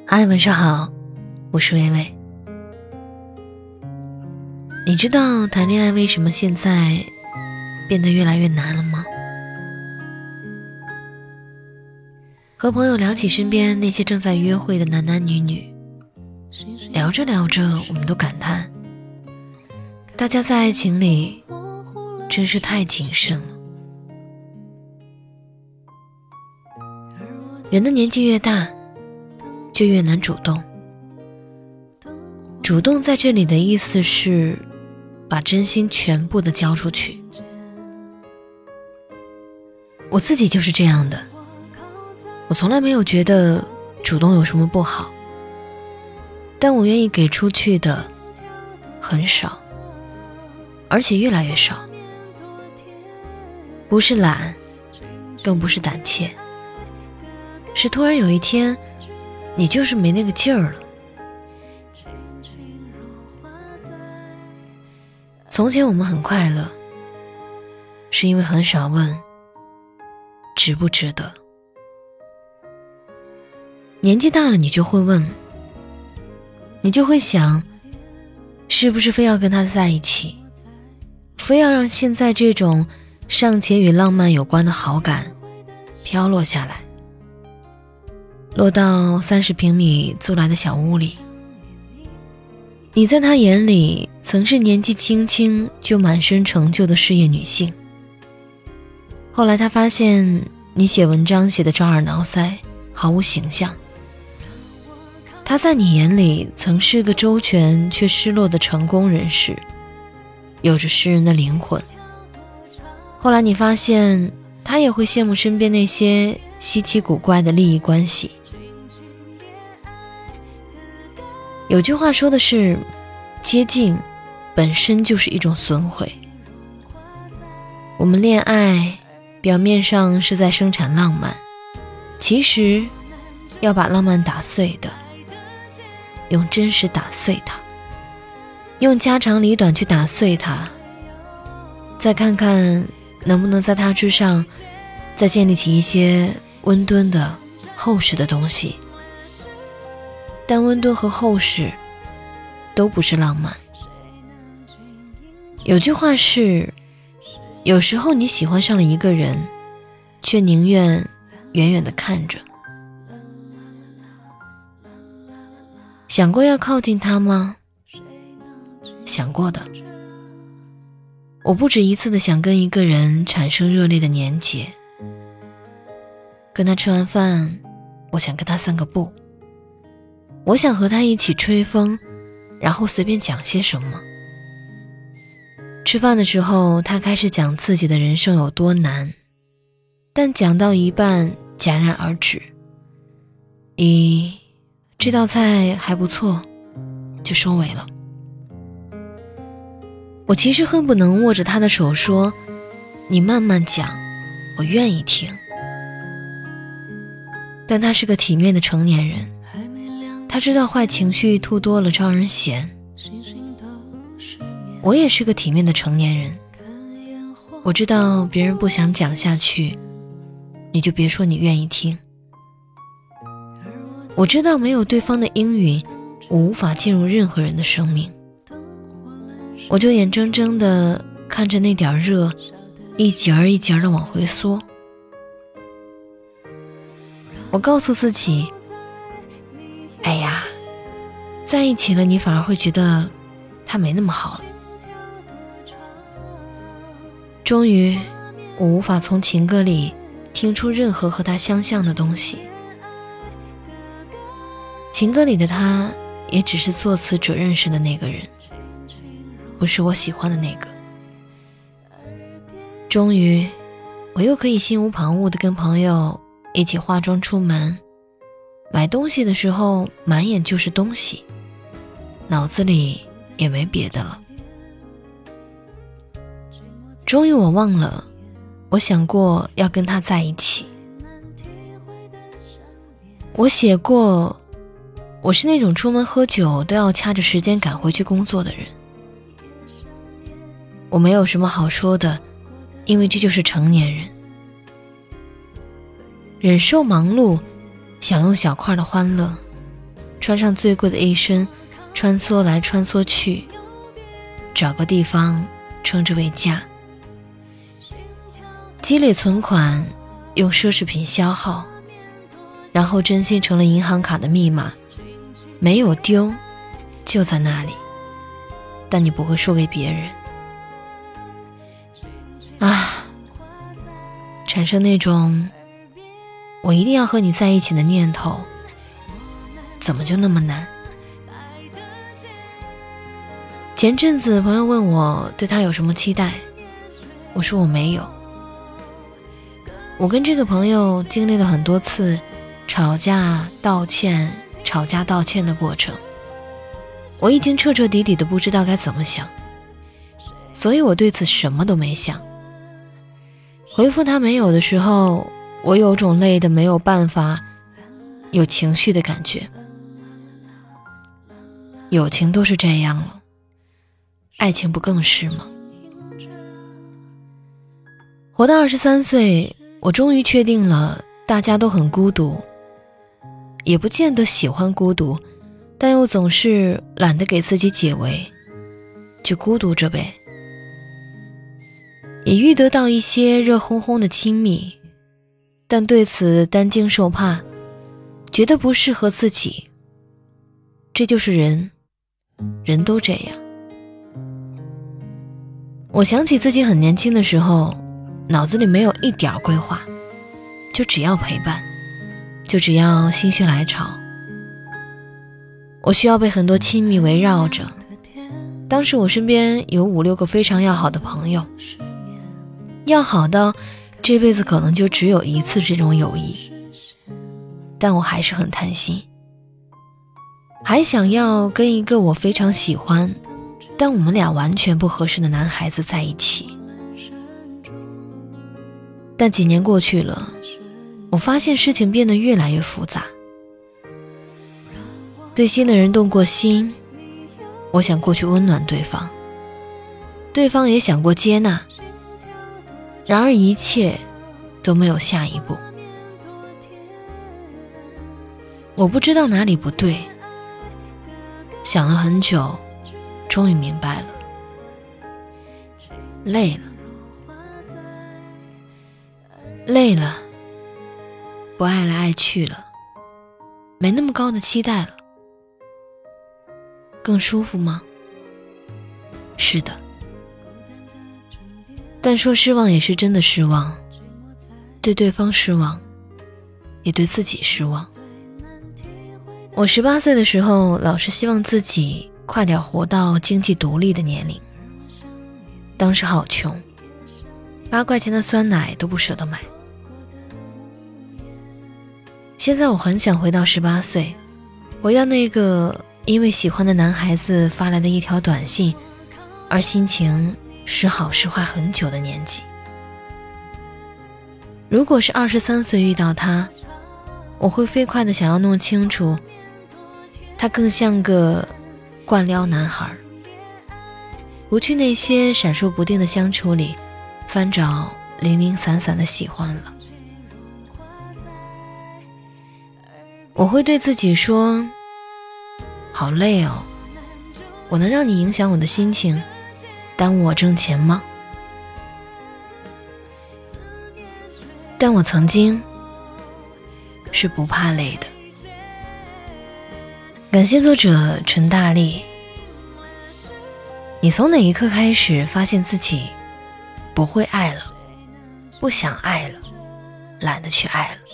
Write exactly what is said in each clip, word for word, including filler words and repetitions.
嗨，晚上好，我是微微。你知道谈恋爱为什么现在变得越来越难了吗？和朋友聊起身边那些正在约会的男男女女，聊着聊着我们都感叹，大家在爱情里真是太谨慎了。人的年纪越大，就越难主动。主动在这里的意思是把真心全部的交出去。我自己就是这样的，我从来没有觉得主动有什么不好，但我愿意给出去的很少，而且越来越少。不是懒，更不是胆怯，是突然有一天你就是没那个劲儿了。从前我们很快乐，是因为很少问值不值得。年纪大了你就会问，你就会想，是不是非要跟他在一起，非要让现在这种尚且与浪漫有关的好感飘落下来，落到三十平米租来的小屋里。你在他眼里曾是年纪轻轻就满身成就的事业女性，后来他发现你写文章写得抓耳挠腮，毫无形象。他在你眼里曾是个周全却失落的成功人士，有着诗人的灵魂。后来你发现他也会羡慕身边那些稀奇古怪的利益关系。有句话说的是，接近本身就是一种损毁。我们恋爱表面上是在生产浪漫，其实要把浪漫打碎的，用真实打碎它，用家长里短去打碎它，再看看能不能在它之上再建立起一些温敦的厚实的东西。但温敦和厚实都不是浪漫。有句话是，有时候你喜欢上了一个人，却宁愿远远地看着。想过要靠近他吗？想过的。我不止一次的想跟一个人产生热烈的连结。跟他吃完饭，我想跟他散个步。我想和他一起吹风，然后随便讲些什么。吃饭的时候，他开始讲自己的人生有多难，但讲到一半戛然而止。咦，这道菜还不错，就收尾了。我其实恨不能握着他的手说，你慢慢讲，我愿意听。但他是个体面的成年人，他知道坏情绪吐多了招人嫌。我也是个体面的成年人，我知道别人不想讲下去，你就别说你愿意听。我知道没有对方的应允，我无法进入任何人的生命。我就眼睁睁地看着那点热一节儿一节儿地往回缩。我告诉自己，哎呀，在一起了你反而会觉得他没那么好了。终于，我无法从情歌里听出任何和他相像的东西。情歌里的他也只是作词者认识的那个人，不是我喜欢的那个。终于，我又可以心无旁骛地跟朋友一起化妆出门，买东西的时候满眼就是东西，脑子里也没别的了。终于我忘了，我想过要跟他在一起。我写过，我是那种出门喝酒都要掐着时间赶回去工作的人。我没有什么好说的，因为这就是成年人。忍受忙碌，享用小块的欢乐， 穿上最贵的一身，穿梭来穿梭去，找个地方称之为家。积累存款，用奢侈品消耗，然后真心成了银行卡的密码，没有丢，就在那里，但你不会说给别人。啊，产生那种我一定要和你在一起的念头，怎么就那么难？前阵子朋友问我对他有什么期待，我说我没有。我跟这个朋友经历了很多次吵架道歉吵架道歉的过程，我已经彻彻底底的不知道该怎么想，所以我对此什么都没想。回复他没有的时候，我有种累的没有办法有情绪的感觉。友情都是这样了，爱情不更是吗？活到二十三岁，我终于确定了大家都很孤独，也不见得喜欢孤独，但又总是懒得给自己解围，就孤独着呗。也遇得到一些热烘烘的亲密，但对此担惊受怕，觉得不适合自己。这就是人，人都这样。我想起自己很年轻的时候，脑子里没有一点规划，就只要陪伴，就只要心血来潮。我需要被很多亲密围绕着，当时我身边有五六个非常要好的朋友，要好到这辈子可能就只有一次这种友谊，但我还是很贪心，还想要跟一个我非常喜欢但我们俩完全不合适的男孩子在一起。但几年过去了，我发现事情变得越来越复杂。对新的人动过心，我想过去温暖对方，对方也想过接纳，然而一切都没有下一步。我不知道哪里不对，想了很久，终于明白了，累了，累了，不爱来爱去了，没那么高的期待了。更舒服吗？是的，但说失望也是真的失望，对对方失望，也对自己失望。我十八岁的时候，老是希望自己快点活到经济独立的年龄。当时好穷，八块钱的酸奶都不舍得买。现在我很想回到十八岁，回到那个因为喜欢的男孩子发来的一条短信而心情时好时坏很久的年纪。如果是二十三岁遇到他，我会飞快地想要弄清楚，他更像个惯撩男孩，不去那些闪烁不定的相处里翻找零零散散的喜欢了。我会对自己说，好累哦，我能让你影响我的心情，耽误我挣钱吗？但我曾经是不怕累的。感谢作者陈大力。你从哪一刻开始发现自己不会爱了，不想爱了，懒得去爱了？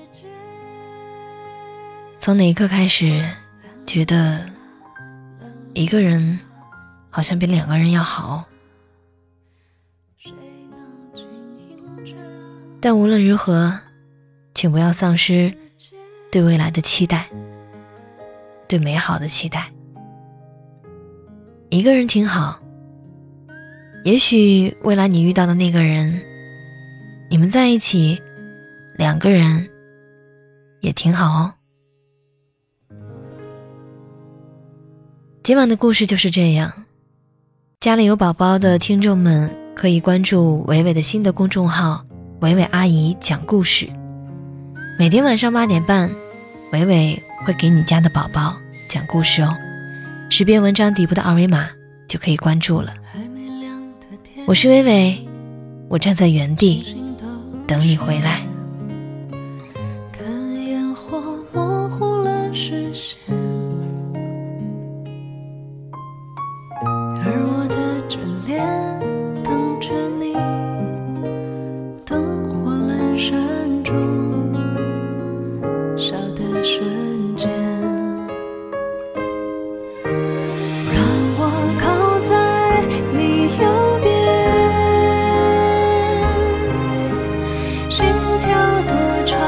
从哪一刻开始觉得一个人好像比两个人要好？但无论如何，请不要丧失对未来的期待，对美好的期待。一个人挺好，也许未来你遇到的那个人，你们在一起，两个人也挺好哦。今晚的故事就是这样，家里有宝宝的听众们可以关注伟伟的新的公众号伟伟阿姨讲故事，每天晚上八点半，伟伟会给你家的宝宝讲故事哦，识别文章底部的二维码就可以关注了。我是微微，我站在原地等你回来。 看烟火模糊了视线，而我的眷恋等着你，灯火阑珊中笑的瞬间，让我靠在你右边，心跳多长，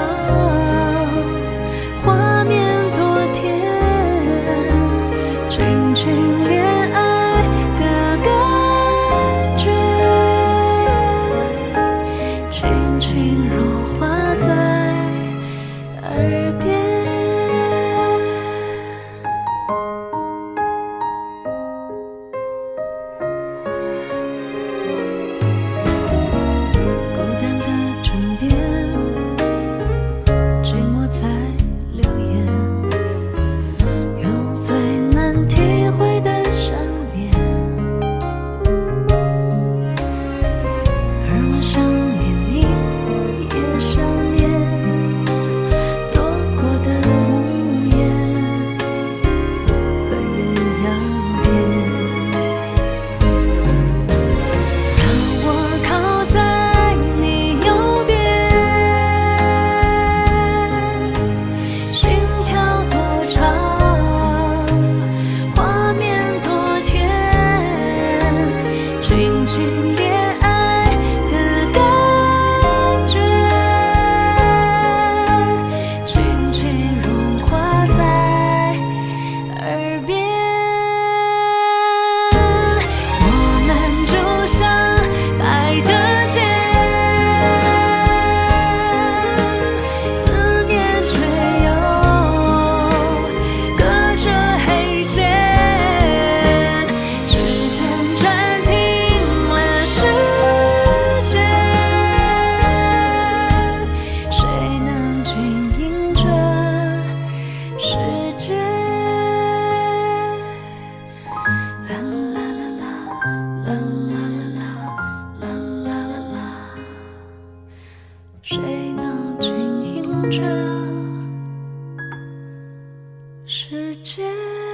画面多甜，轻轻恋爱的感觉，轻轻融化在耳边。孤单的沉淀，寂寞在流言，用最难体会的想念，而我想念你，也想念躲过的无言，半夜阳天，让我靠在你右边，心跳多长，画面多甜，轻轻恋爱的感觉，轻轻融化在耳边。我们就像爱的箭，思念却又隔着黑键，指尖暂停了时间，谁能经营这世界？啦啦啦啦，啦啦啦啦，啦啦啦啦，谁能经营这世界？